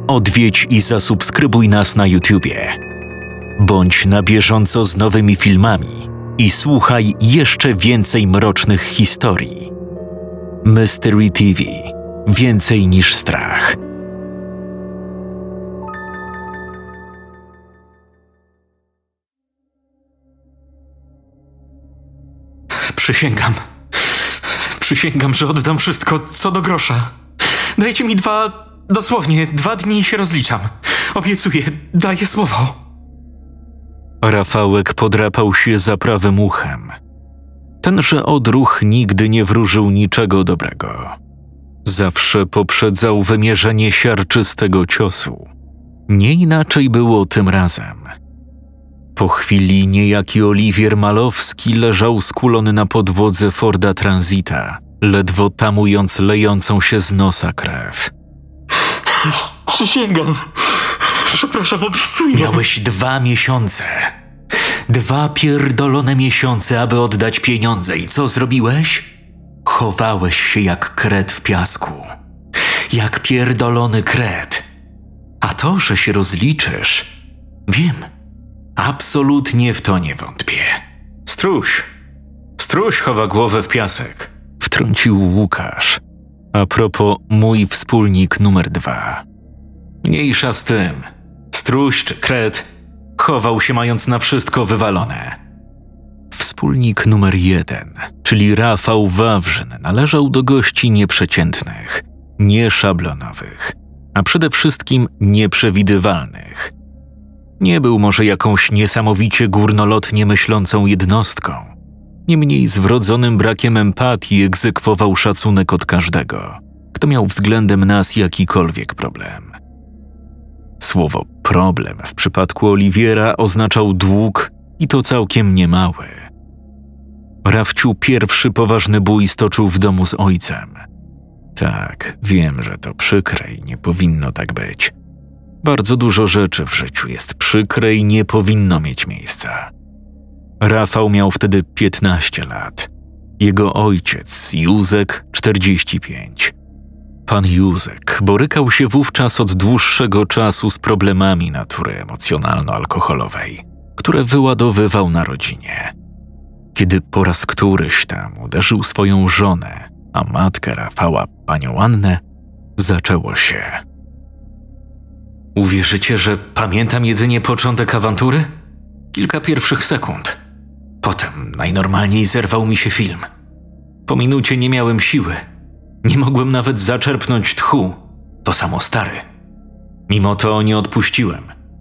Odwiedź i zasubskrybuj nas na YouTubie. Bądź na bieżąco z nowymi filmami i słuchaj jeszcze więcej mrocznych historii. Mystery TV. Więcej niż strach. Przysięgam, że oddam wszystko, co do grosza. Dajcie mi dosłownie 2 dni i się rozliczam. Obiecuję, daję słowo. Rafałek podrapał się za prawym uchem. Tenże odruch nigdy nie wróżył niczego dobrego. Zawsze poprzedzał wymierzenie siarczystego ciosu. Nie inaczej było tym razem. Po chwili niejaki Oliwier Malowski leżał skulony na podłodze Forda Transita, ledwo tamując lejącą się z nosa krew. Przysięgam. Przepraszam, obiecuję. Miałeś 2 miesiące. 2 pierdolone miesiące, aby oddać pieniądze. I co zrobiłeś? Chowałeś się jak kret w piasku. Jak pierdolony kret. A to, że się rozliczysz, wiem. Absolutnie w to nie wątpię. Struś chowa głowę w piasek. Wtrącił Łukasz. A propos mój wspólnik numer 2. Mniejsza z tym. Struś czy kret chował się mając na wszystko wywalone. Wspólnik numer 1, czyli Rafał Wawrzyn, należał do gości nieprzeciętnych, nieszablonowych, a przede wszystkim nieprzewidywalnych. Nie był może jakąś niesamowicie górnolotnie myślącą jednostką, niemniej z wrodzonym brakiem empatii egzekwował szacunek od każdego, kto miał względem nas jakikolwiek problem. Słowo problem w przypadku Oliwiera oznaczał dług i to całkiem niemały. Rafciu pierwszy poważny bój stoczył w domu z ojcem. Tak, wiem, że to przykre i nie powinno tak być. Bardzo dużo rzeczy w życiu jest przykre i nie powinno mieć miejsca. Rafał miał wtedy 15 lat. Jego ojciec, Józek, 45. Pan Józek borykał się wówczas od dłuższego czasu z problemami natury emocjonalno-alkoholowej, które wyładowywał na rodzinie. Kiedy po raz któryś tam uderzył swoją żonę, a matkę Rafała, panią Annę, zaczęło się. Uwierzycie, że pamiętam jedynie początek awantury? Kilka pierwszych sekund. Potem najnormalniej zerwał mi się film. Po minucie nie miałem siły. Nie mogłem nawet zaczerpnąć tchu. To samo stary. Mimo to nie odpuściłem.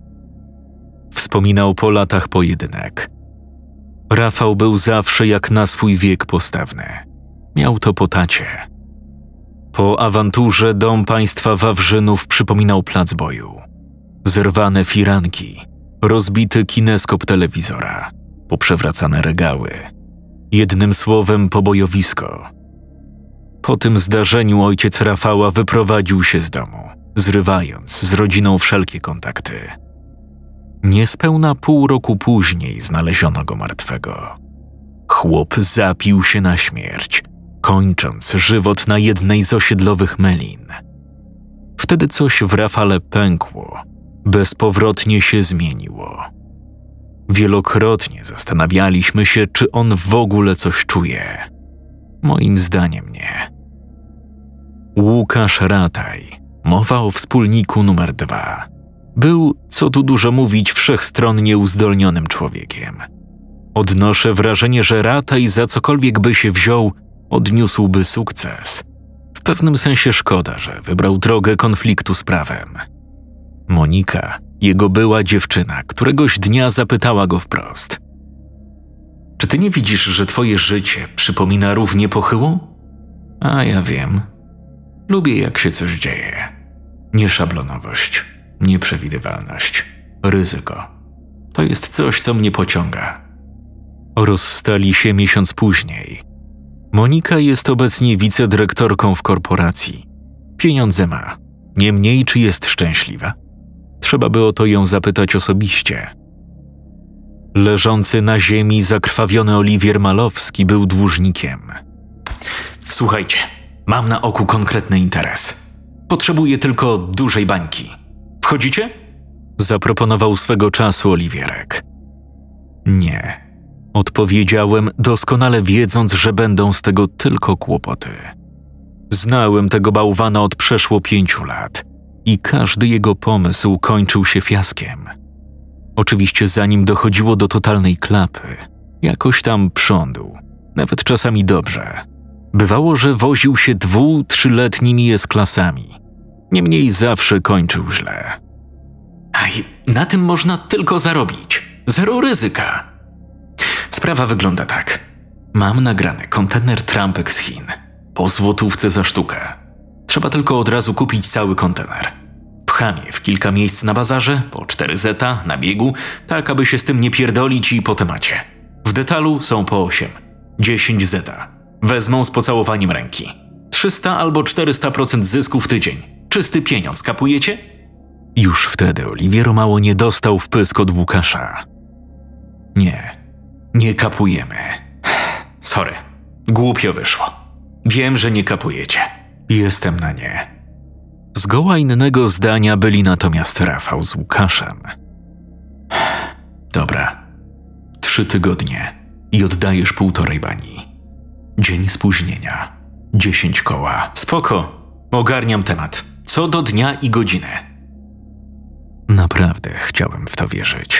Wspominał po latach pojedynek. Rafał był zawsze jak na swój wiek postawny. Miał to po tacie. Po awanturze dom państwa Wawrzynów przypominał plac boju. Zerwane firanki, rozbity kineskop telewizora, poprzewracane regały. Jednym słowem pobojowisko. Po tym zdarzeniu ojciec Rafała wyprowadził się z domu, zrywając z rodziną wszelkie kontakty. Niespełna pół roku później znaleziono go martwego. Chłop zapił się na śmierć, kończąc żywot na jednej z osiedlowych melin. Wtedy coś w Rafale pękło, bezpowrotnie się zmieniło. Wielokrotnie zastanawialiśmy się, czy on w ogóle coś czuje. Moim zdaniem nie. Łukasz Rataj, mowa o wspólniku numer 2. Był, co tu dużo mówić, wszechstronnie uzdolnionym człowiekiem. Odnoszę wrażenie, że Rataj za cokolwiek by się wziął, odniósłby sukces. W pewnym sensie szkoda, że wybrał drogę konfliktu z prawem. Monika, jego była dziewczyna, któregoś dnia zapytała go wprost. Czy ty nie widzisz, że twoje życie przypomina równie pochyłą? A ja wiem. Lubię, jak się coś dzieje. Nieszablonowość, nieprzewidywalność, ryzyko. To jest coś, co mnie pociąga. Rozstali się miesiąc później. Monika jest obecnie wicedyrektorką w korporacji. Pieniądze ma. Niemniej, czy jest szczęśliwa? Trzeba by o to ją zapytać osobiście. Leżący na ziemi zakrwawiony Oliwier Malowski był dłużnikiem. Słuchajcie, mam na oku konkretny interes. Potrzebuję tylko dużej bańki. Wchodzicie? Zaproponował swego czasu Oliwierek. Nie. Odpowiedziałem, doskonale wiedząc, że będą z tego tylko kłopoty. Znałem tego bałwana od przeszło 5 lat i każdy jego pomysł kończył się fiaskiem. Oczywiście zanim dochodziło do totalnej klapy, jakoś tam prządu, nawet czasami dobrze. Bywało, że woził się 2-3-letnimi S-klasami. Niemniej zawsze kończył źle. Aj, na tym można tylko zarobić. Zero ryzyka. Sprawa wygląda tak. Mam nagrany kontener trampek z Chin. Po złotówce za sztukę. Trzeba tylko od razu kupić cały kontener. Pcham je w kilka miejsc na bazarze, po 4 zeta, na biegu, tak aby się z tym nie pierdolić i po temacie. W detalu są po 8. 10 zeta. Wezmą z pocałowaniem ręki. 300 albo 400% zysku w tydzień. Czysty pieniądz, kapujecie? Już wtedy Oliwiero mało nie dostał w pysk od Łukasza. Nie kapujemy. Sorry, głupio wyszło. Wiem, że nie kapujecie. Jestem na nie. Zgoła innego zdania byli natomiast Rafał z Łukaszem. Dobra, 3 tygodnie i oddajesz 1,5 bani. Dzień spóźnienia, 10 koła. Spoko, ogarniam temat. Co do dnia i godziny. Naprawdę chciałem w to wierzyć.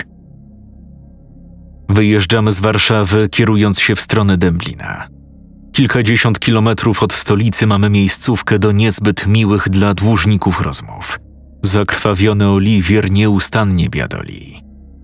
Wyjeżdżamy z Warszawy, kierując się w stronę Dęblina. Kilkadziesiąt kilometrów od stolicy mamy miejscówkę do niezbyt miłych dla dłużników rozmów. Zakrwawiony Oliwier nieustannie biadoli.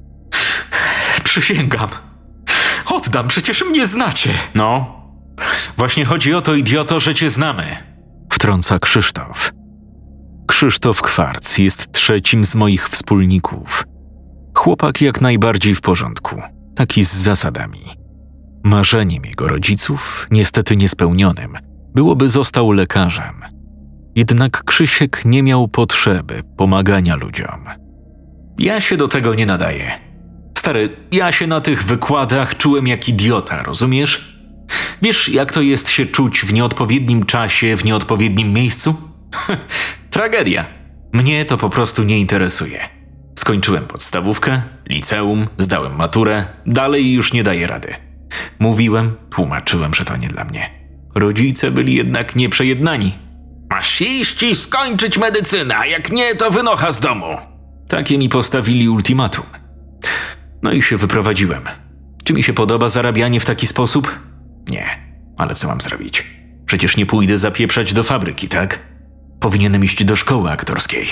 Przysięgam. Oddam, przecież mnie znacie. No, właśnie chodzi o to, idioto, że cię znamy. Wtrąca Krzysztof. Krzysztof Kwarc jest 3. z moich wspólników. Chłopak jak najbardziej w porządku, taki z zasadami. Marzeniem jego rodziców, niestety niespełnionym, byłoby został lekarzem. Jednak Krzysiek nie miał potrzeby pomagania ludziom. Ja się do tego nie nadaję. Stary, ja się na tych wykładach czułem jak idiota, rozumiesz? Wiesz, jak to jest się czuć w nieodpowiednim czasie, w nieodpowiednim miejscu? Tragedia. Mnie to po prostu nie interesuje. Skończyłem podstawówkę, liceum, zdałem maturę, dalej już nie daję rady. Mówiłem, tłumaczyłem, że to nie dla mnie. Rodzice byli jednak nieprzejednani. Masz iść i skończyć medycynę, a jak nie, to wynocha z domu. Takie mi postawili ultimatum. No i się wyprowadziłem. Czy mi się podoba zarabianie w taki sposób? Nie, ale co mam zrobić? Przecież nie pójdę zapieprzać do fabryki, tak? Powinienem iść do szkoły aktorskiej.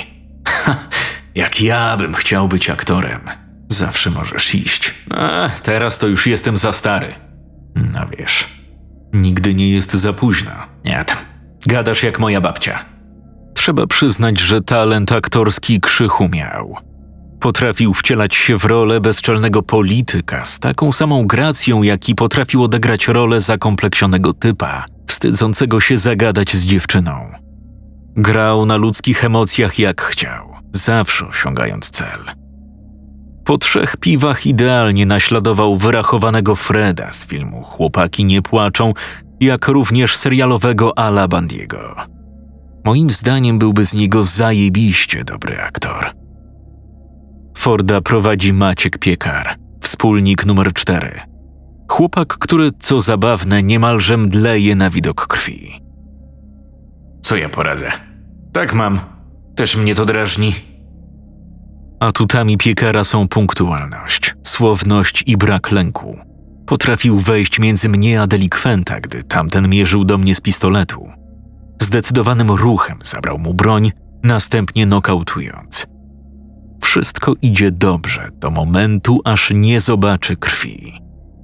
Jak ja bym chciał być aktorem. Zawsze możesz iść. Teraz to już jestem za stary. No wiesz, nigdy nie jest za późno. Nie tam. Gadasz jak moja babcia. Trzeba przyznać, że talent aktorski Krzychu miał. Potrafił wcielać się w rolę bezczelnego polityka z taką samą gracją, jak i potrafił odegrać rolę zakompleksionego typa, wstydzącego się zagadać z dziewczyną. Grał na ludzkich emocjach jak chciał, zawsze osiągając cel. Po 3 piwach idealnie naśladował wyrachowanego Freda z filmu Chłopaki nie płaczą, jak również serialowego Ala Bandiego. Moim zdaniem byłby z niego zajebiście dobry aktor. Forda prowadzi Maciek Piekar, wspólnik numer 4. Chłopak, który, co zabawne, niemalże mdleje na widok krwi. Co ja poradzę? Tak mam. Też mnie to drażni. Atutami Piekara są punktualność, słowność i brak lęku. Potrafił wejść między mnie a delikwenta, gdy tamten mierzył do mnie z pistoletu. Zdecydowanym ruchem zabrał mu broń, następnie nokautując. Wszystko idzie dobrze do momentu, aż nie zobaczy krwi.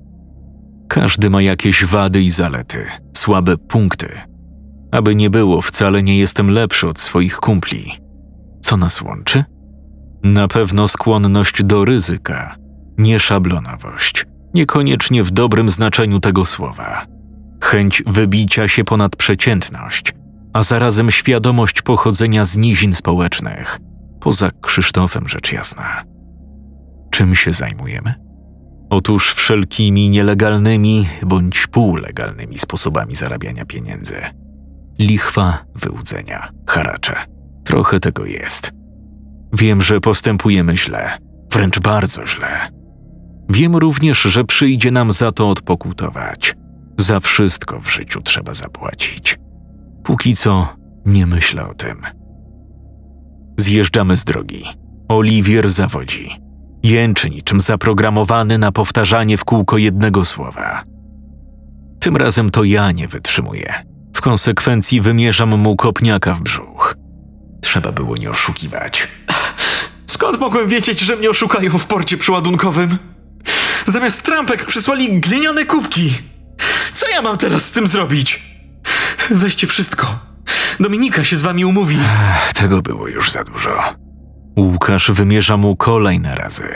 Każdy ma jakieś wady i zalety, słabe punkty. Aby nie było, wcale nie jestem lepszy od swoich kumpli. Co nas łączy? Na pewno skłonność do ryzyka, nie szablonowość, niekoniecznie w dobrym znaczeniu tego słowa. Chęć wybicia się ponad przeciętność, a zarazem świadomość pochodzenia z nizin społecznych. Poza Krzysztofem rzecz jasna. Czym się zajmujemy? Otóż wszelkimi nielegalnymi bądź półlegalnymi sposobami zarabiania pieniędzy. Lichwa, wyłudzenia, haracze. Trochę tego jest. Wiem, że postępujemy źle, wręcz bardzo źle. Wiem również, że przyjdzie nam za to odpokutować. Za wszystko w życiu trzeba zapłacić. Póki co nie myślę o tym. Zjeżdżamy z drogi. Oliwier zawodzi. Jęczy niczym zaprogramowany na powtarzanie w kółko jednego słowa. Tym razem to ja nie wytrzymuję. W konsekwencji wymierzam mu kopniaka w brzuch. Trzeba było nie oszukiwać. Skąd mogłem wiedzieć, że mnie oszukają w porcie przyładunkowym? Zamiast trampek przysłali gliniane kubki. Co ja mam teraz z tym zrobić? Weźcie wszystko. Dominika się z wami umówi. Tego było już za dużo. Łukasz wymierza mu kolejne razy.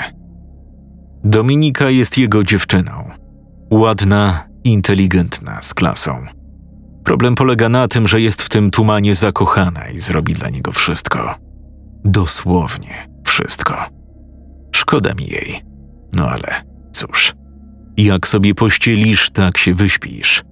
Dominika jest jego dziewczyną. Ładna, inteligentna, z klasą. Problem polega na tym, że jest w tym tumanie zakochana i zrobi dla niego wszystko. Dosłownie wszystko. Szkoda mi jej. No ale cóż, jak sobie pościelisz, tak się wyśpisz.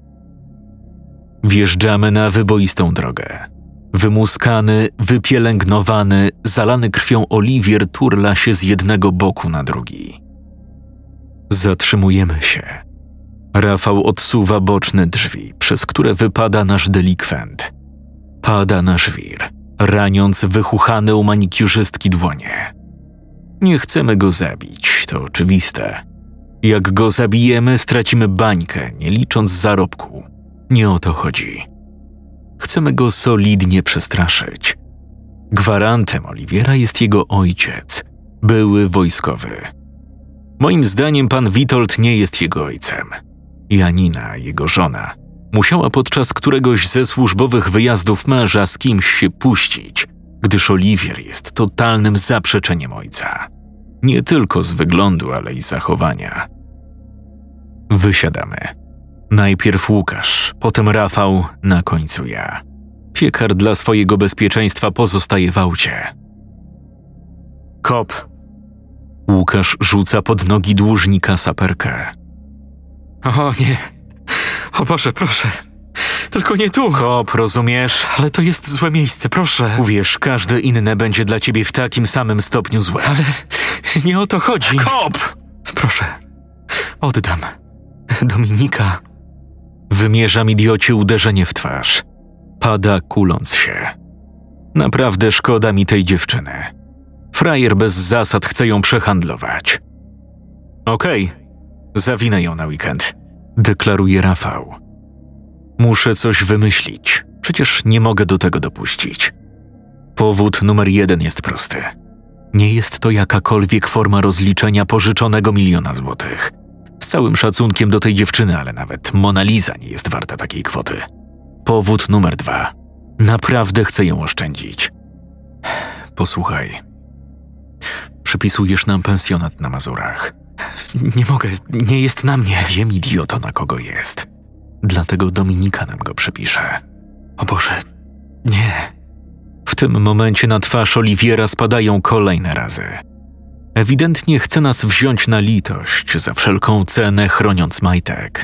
Wjeżdżamy na wyboistą drogę. Wymuskany, wypielęgnowany, zalany krwią Oliwier turla się z jednego boku na drugi. Zatrzymujemy się. Rafał odsuwa boczne drzwi, przez które wypada nasz delikwent. Pada na żwir, raniąc wychuchane u manikiurzystki dłonie. Nie chcemy go zabić, to oczywiste. Jak go zabijemy, stracimy bańkę, nie licząc zarobku. Nie o to chodzi. Chcemy go solidnie przestraszyć. Gwarantem Oliwiera jest jego ojciec, były wojskowy. Moim zdaniem pan Witold nie jest jego ojcem. Janina, jego żona, musiała podczas któregoś ze służbowych wyjazdów męża z kimś się puścić, gdyż Oliwier jest totalnym zaprzeczeniem ojca. Nie tylko z wyglądu, ale i zachowania. Wysiadamy. Najpierw Łukasz, potem Rafał, na końcu ja. Piekar dla swojego bezpieczeństwa pozostaje w aucie. Kop. Łukasz rzuca pod nogi dłużnika saperkę. O nie. O Boże, proszę. Tylko nie tu. Kop, rozumiesz? Ale to jest złe miejsce, proszę. Uwierz, każde inne będzie dla ciebie w takim samym stopniu złe. Ale nie o to chodzi. Kop! Proszę. Oddam. Dominika. Wymierzam idiocie uderzenie w twarz. Pada, kuląc się. Naprawdę szkoda mi tej dziewczyny. Frajer bez zasad chce ją przehandlować. Okej, zawinę ją na weekend, deklaruje Rafał. Muszę coś wymyślić. Przecież nie mogę do tego dopuścić. Powód numer 1 jest prosty. Nie jest to jakakolwiek forma rozliczenia pożyczonego 1 000 000 złotych. Z całym szacunkiem do tej dziewczyny, ale nawet Mona Lisa nie jest warta takiej kwoty. Powód numer 2. Naprawdę chcę ją oszczędzić. Posłuchaj. Przypisujesz nam pensjonat na Mazurach. Nie mogę, nie jest na mnie. Wiem, idioto, na kogo jest. Dlatego Dominika nam go przypisze. O Boże, nie. W tym momencie na twarz Oliwiera spadają kolejne razy. Ewidentnie chce nas wziąć na litość, za wszelką cenę chroniąc majtek.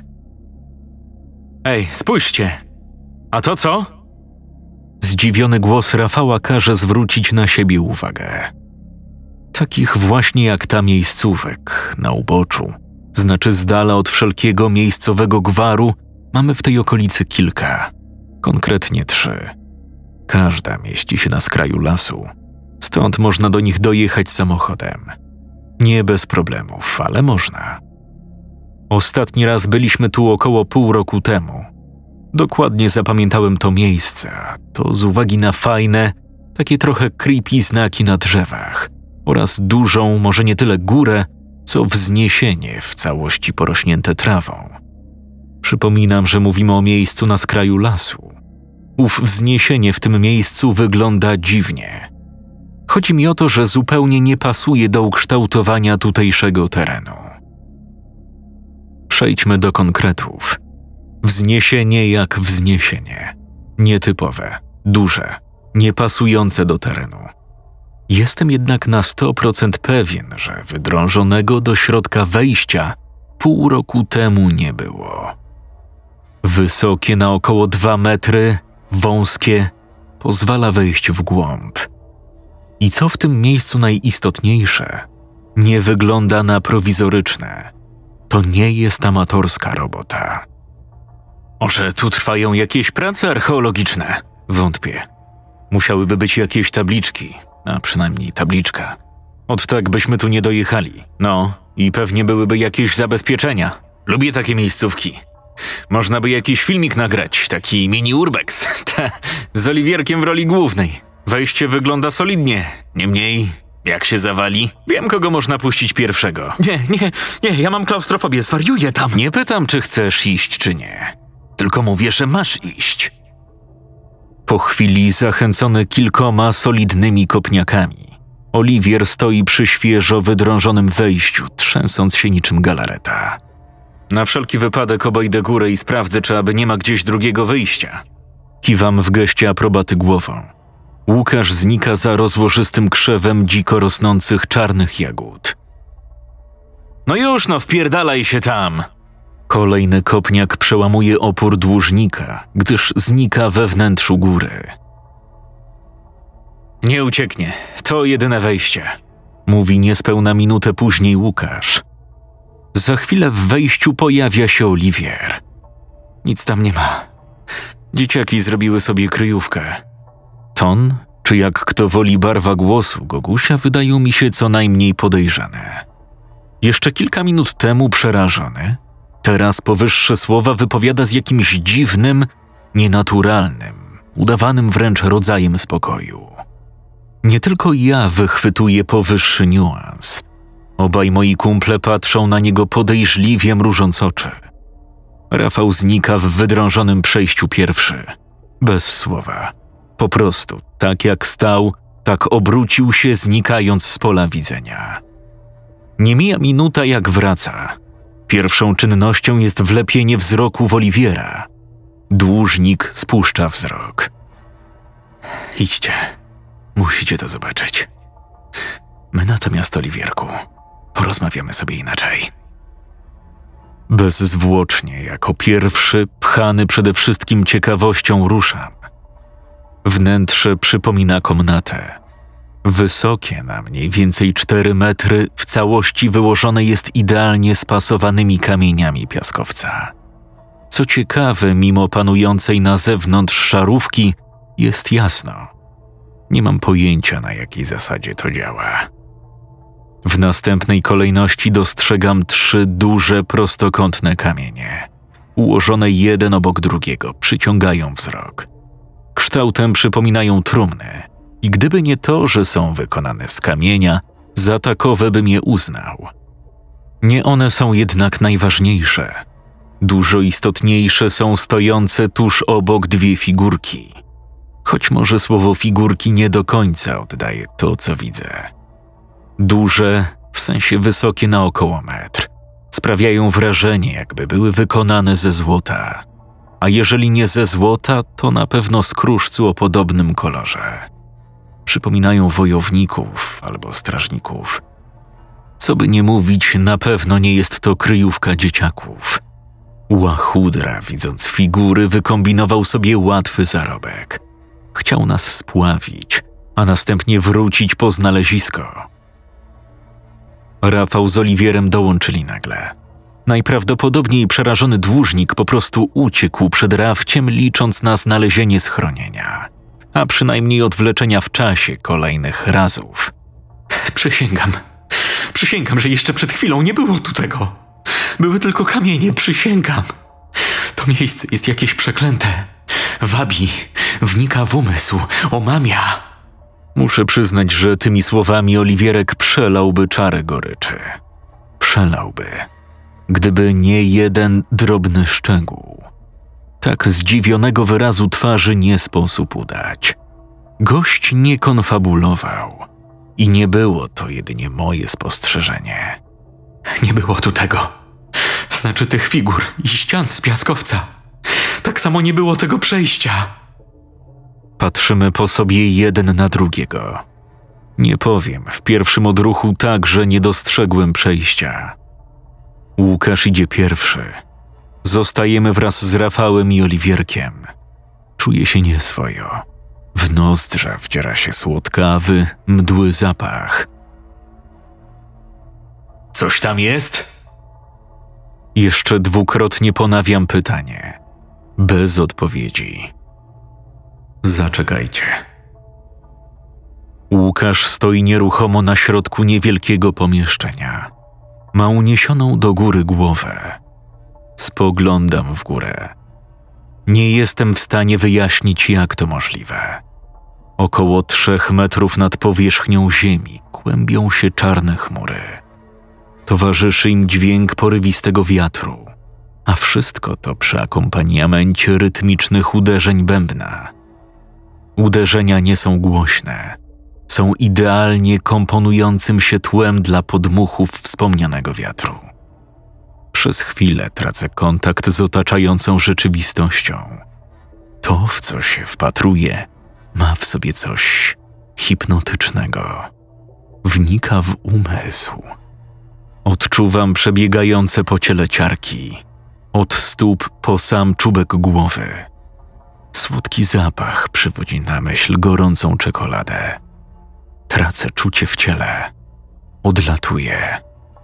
Ej, spójrzcie. A to co? Zdziwiony głos Rafała każe zwrócić na siebie uwagę. Takich właśnie jak ta miejscówek na uboczu, znaczy z dala od wszelkiego miejscowego gwaru, mamy w tej okolicy kilka, konkretnie 3. Każda mieści się na skraju lasu, stąd można do nich dojechać samochodem. Nie bez problemów, ale można. Ostatni raz byliśmy tu około pół roku temu. Dokładnie zapamiętałem to miejsce, a to z uwagi na fajne, takie trochę creepy znaki na drzewach oraz dużą, może nie tyle górę, co wzniesienie w całości porośnięte trawą. Przypominam, że mówimy o miejscu na skraju lasu. Ów wzniesienie w tym miejscu wygląda dziwnie. Chodzi mi o to, że zupełnie nie pasuje do ukształtowania tutejszego terenu. Przejdźmy do konkretów. Wzniesienie jak wzniesienie. Nietypowe, duże, niepasujące do terenu. Jestem jednak na 100% pewien, że wydrążonego do środka wejścia pół roku temu nie było. Wysokie na około 2 metry, wąskie, pozwala wejść w głąb. I co w tym miejscu najistotniejsze, nie wygląda na prowizoryczne. To nie jest amatorska robota. Może tu trwają jakieś prace archeologiczne? Wątpię. Musiałyby być jakieś tabliczki, a przynajmniej tabliczka. Od tak byśmy tu nie dojechali. No, i pewnie byłyby jakieś zabezpieczenia. Lubię takie miejscówki. Można by jakiś filmik nagrać, taki mini urbex, z Oliwierkiem w roli głównej. Wejście wygląda solidnie. Niemniej, jak się zawali, wiem, kogo można puścić pierwszego. Nie, ja mam klaustrofobię, zwariuję tam. Nie pytam, czy chcesz iść, czy nie. Tylko mówię, że masz iść. Po chwili, zachęcony kilkoma solidnymi kopniakami, Oliwier stoi przy świeżo wydrążonym wejściu, trzęsąc się niczym galareta. Na wszelki wypadek obejdę górę i sprawdzę, czy aby nie ma gdzieś drugiego wyjścia. Kiwam w geście aprobaty głową. Łukasz znika za rozłożystym krzewem dziko rosnących czarnych jagód. No już, wpierdalaj się tam! Kolejny kopniak przełamuje opór dłużnika, gdyż znika we wnętrzu góry. Nie ucieknie, to jedyne wejście, mówi niespełna minutę później Łukasz. Za chwilę w wejściu pojawia się Oliwier. Nic tam nie ma. Dzieciaki zrobiły sobie kryjówkę. Ton, czy jak kto woli barwa głosu Gogusia, wydają mi się co najmniej podejrzane. Jeszcze kilka minut temu przerażony, teraz powyższe słowa wypowiada z jakimś dziwnym, nienaturalnym, udawanym wręcz rodzajem spokoju. Nie tylko ja wychwytuję powyższy niuans. Obaj moi kumple patrzą na niego podejrzliwie, mrużąc oczy. Rafał znika w wydrążonym przejściu pierwszy. Bez słowa. Po prostu, tak jak stał, tak obrócił się, znikając z pola widzenia. Nie mija minuta, jak wraca. Pierwszą czynnością jest wlepienie wzroku w Oliwiera. Dłużnik spuszcza wzrok. Idźcie. Musicie to zobaczyć. My natomiast, Oliwierku, porozmawiamy sobie inaczej. Bezzwłocznie, jako pierwszy, pchany przede wszystkim ciekawością, ruszam. Wnętrze przypomina komnatę. Wysokie, na mniej więcej 4 metry, w całości wyłożone jest idealnie spasowanymi kamieniami piaskowca. Co ciekawe, mimo panującej na zewnątrz szarówki, jest jasno. Nie mam pojęcia, na jakiej zasadzie to działa. W następnej kolejności dostrzegam 3 duże, prostokątne kamienie. Ułożone jeden obok drugiego, przyciągają wzrok. Kształtem przypominają trumny i gdyby nie to, że są wykonane z kamienia, za takowe bym je uznał. Nie one są jednak najważniejsze. Dużo istotniejsze są stojące tuż obok 2 figurki. Choć może słowo figurki nie do końca oddaje to, co widzę. Duże, w sensie wysokie na około metr, sprawiają wrażenie, jakby były wykonane ze złota. A jeżeli nie ze złota, to na pewno z kruszcu o podobnym kolorze. Przypominają wojowników albo strażników. Co by nie mówić, na pewno nie jest to kryjówka dzieciaków. Łachudra, widząc figury, wykombinował sobie łatwy zarobek. Chciał nas spławić, a następnie wrócić po znalezisko. Rafał z Oliwierem dołączyli nagle. Najprawdopodobniej przerażony dłużnik po prostu uciekł przed rafciem, licząc na znalezienie schronienia, a przynajmniej odwleczenia w czasie kolejnych razów. Przysięgam, że jeszcze przed chwilą nie było tu tego. Były tylko kamienie, przysięgam. To miejsce jest jakieś przeklęte. Wabi, wnika w umysł, omamia. Muszę przyznać, że tymi słowami Oliwierek przelałby czarę goryczy. Przelałby, gdyby nie jeden drobny szczegół. Tak zdziwionego wyrazu twarzy nie sposób udać. Gość nie konfabulował i nie było to jedynie moje spostrzeżenie. Nie było tu tego. Znaczy tych figur i ścian z piaskowca. Tak samo nie było tego przejścia. Patrzymy po sobie jeden na drugiego. Nie powiem, w pierwszym odruchu także nie dostrzegłem przejścia. Łukasz idzie pierwszy. Zostajemy wraz z Rafałem i Oliwierkiem. Czuję się nieswojo. W nozdrza wdziera się słodkawy, mdły zapach. Coś tam jest? Jeszcze dwukrotnie ponawiam pytanie. Bez odpowiedzi. Zaczekajcie. Łukasz stoi nieruchomo na środku niewielkiego pomieszczenia. Ma uniesioną do góry głowę. Spoglądam w górę. Nie jestem w stanie wyjaśnić, jak to możliwe. Około 3 metrów nad powierzchnią ziemi kłębią się czarne chmury. Towarzyszy im dźwięk porywistego wiatru, a wszystko to przy akompaniamencie rytmicznych uderzeń bębna. Uderzenia nie są głośne, są idealnie komponującym się tłem dla podmuchów wspomnianego wiatru. Przez chwilę tracę kontakt z otaczającą rzeczywistością. To, w co się wpatruję, ma w sobie coś hipnotycznego. Wnika w umysł. Odczuwam przebiegające po ciele ciarki, od stóp po sam czubek głowy. Słodki zapach przywodzi na myśl gorącą czekoladę. Tracę czucie w ciele. Odlatuję.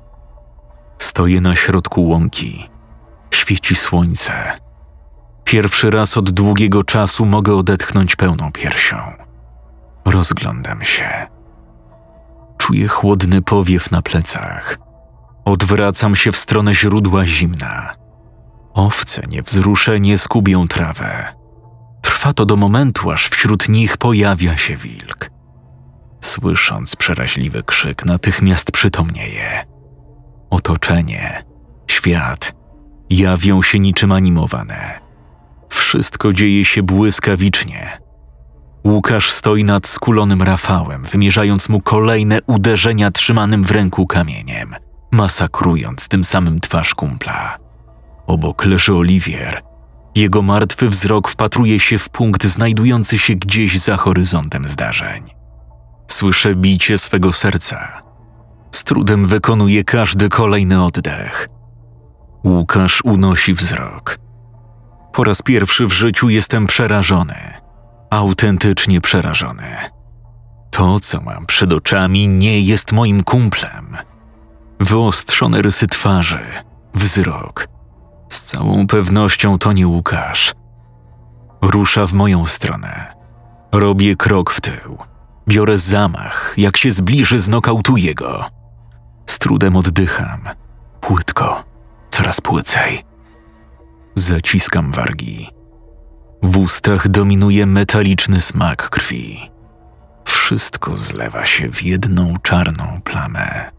Stoję na środku łąki. Świeci słońce. Pierwszy raz od długiego czasu mogę odetchnąć pełną piersią. Rozglądam się. Czuję chłodny powiew na plecach. Odwracam się w stronę źródła zimna. Owce niewzruszenie skubią trawę. Trwa to do momentu, aż wśród nich pojawia się wilk. Słysząc przeraźliwy krzyk, natychmiast przytomnieje. Otoczenie, świat jawią się niczym animowane. Wszystko dzieje się błyskawicznie. Łukasz stoi nad skulonym Rafałem, wymierzając mu kolejne uderzenia trzymanym w ręku kamieniem, masakrując tym samym twarz kumpla. Obok leży Oliwier. Jego martwy wzrok wpatruje się w punkt znajdujący się gdzieś za horyzontem zdarzeń. Słyszę bicie swego serca. Z trudem wykonuje każdy kolejny oddech. Łukasz unosi wzrok. Po raz pierwszy w życiu jestem przerażony. Autentycznie przerażony. To, co mam przed oczami, nie jest moim kumplem. Wyostrzone rysy twarzy, wzrok. Z całą pewnością to nie Łukasz. Rusza w moją stronę. Robię krok w tył. Biorę zamach. Jak się zbliży, znokautuję go. Z trudem oddycham. Płytko. Coraz płycej. Zaciskam wargi. W ustach dominuje metaliczny smak krwi. Wszystko zlewa się w jedną czarną plamę.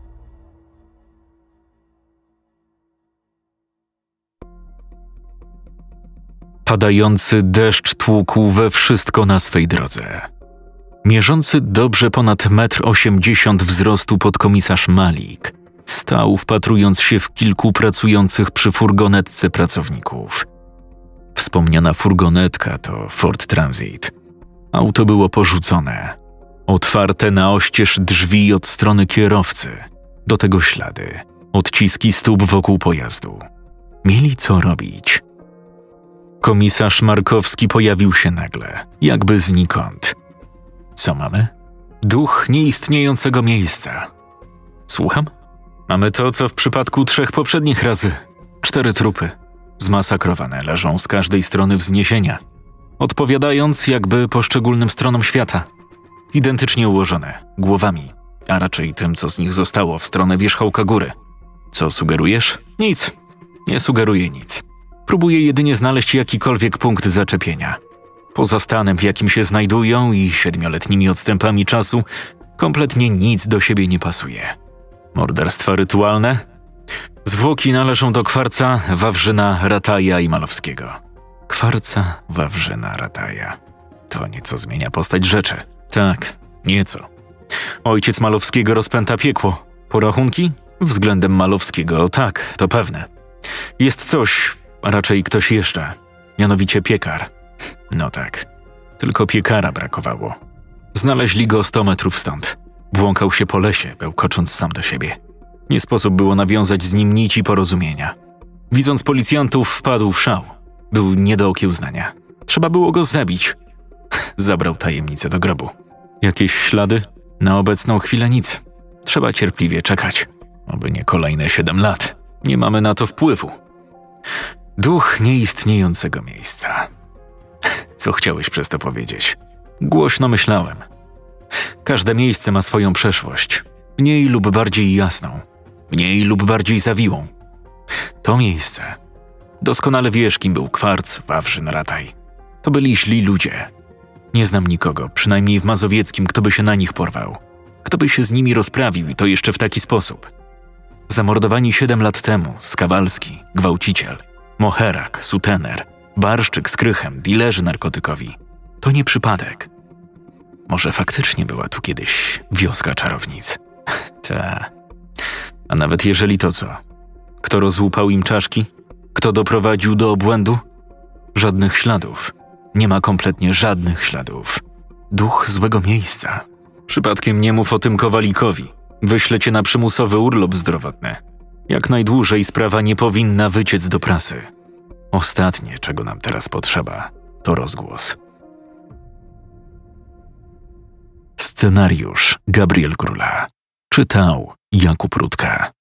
Padający deszcz tłukł we wszystko na swej drodze. Mierzący dobrze ponad 1,80 m wzrostu podkomisarz Malik stał, wpatrując się w kilku pracujących przy furgonetce pracowników. Wspomniana furgonetka to Ford Transit. Auto było porzucone. Otwarte na oścież drzwi od strony kierowcy. Do tego ślady. Odciski stóp wokół pojazdu. Mieli co robić. Komisarz Markowski pojawił się nagle, jakby znikąd. Co mamy? Duch nieistniejącego miejsca. Słucham? Mamy to, co w przypadku 3 poprzednich razy. 4 trupy. Zmasakrowane leżą z każdej strony wzniesienia. Odpowiadając jakby poszczególnym stronom świata. Identycznie ułożone, głowami, a raczej tym, co z nich zostało, w stronę wierzchołka góry. Co sugerujesz? Nic. Nie sugeruję nic. Próbuję jedynie znaleźć jakikolwiek punkt zaczepienia. Poza stanem, w jakim się znajdują i 7-letnimi odstępami czasu, kompletnie nic do siebie nie pasuje. Morderstwa rytualne? Zwłoki należą do Kwarca, Wawrzyna, Rataja i Malowskiego. Kwarca, Wawrzyna, Rataja. To nieco zmienia postać rzeczy. Tak, nieco. Ojciec Malowskiego rozpęta piekło. Porachunki? Względem Malowskiego, tak, to pewne. Jest coś, a raczej ktoś jeszcze. Mianowicie piekar. No tak, tylko piekara brakowało. Znaleźli go 100 metrów stąd. Błąkał się po lesie, bełkocząc sam do siebie. Nie sposób było nawiązać z nim nici porozumienia. Widząc policjantów, wpadł w szał. Był nie do okiełznania. Trzeba było go zabić. Zabrał tajemnicę do grobu. Jakieś ślady? Na obecną chwilę nic. Trzeba cierpliwie czekać. Oby nie kolejne 7 lat. Nie mamy na to wpływu. Duch nieistniejącego miejsca. Co chciałeś przez to powiedzieć? Głośno myślałem. Każde miejsce ma swoją przeszłość. Mniej lub bardziej jasną. Mniej lub bardziej zawiłą. To miejsce. Doskonale wiesz, kim był Kwarc, Wawrzyn, Rataj. To byli źli ludzie. Nie znam nikogo, przynajmniej w Mazowieckim, kto by się na nich porwał. Kto by się z nimi rozprawił i to jeszcze w taki sposób. Zamordowani 7 lat temu Skawalski, gwałciciel, Moherak, sutener, Barszczyk z Krychem, dilerzy narkotykowi. To nie przypadek. Może faktycznie była tu kiedyś wioska czarownic. Ta. A nawet jeżeli to co? Kto rozłupał im czaszki? Kto doprowadził do obłędu? Żadnych śladów. Nie ma kompletnie żadnych śladów. Duch złego miejsca. Przypadkiem nie mów o tym Kowalikowi. Wyślę cię na przymusowy urlop zdrowotny. Jak najdłużej sprawa nie powinna wyciec do prasy. Ostatnie, czego nam teraz potrzeba, to rozgłos. Scenariusz Gabriel Króla. Czytał Jakub Rutka.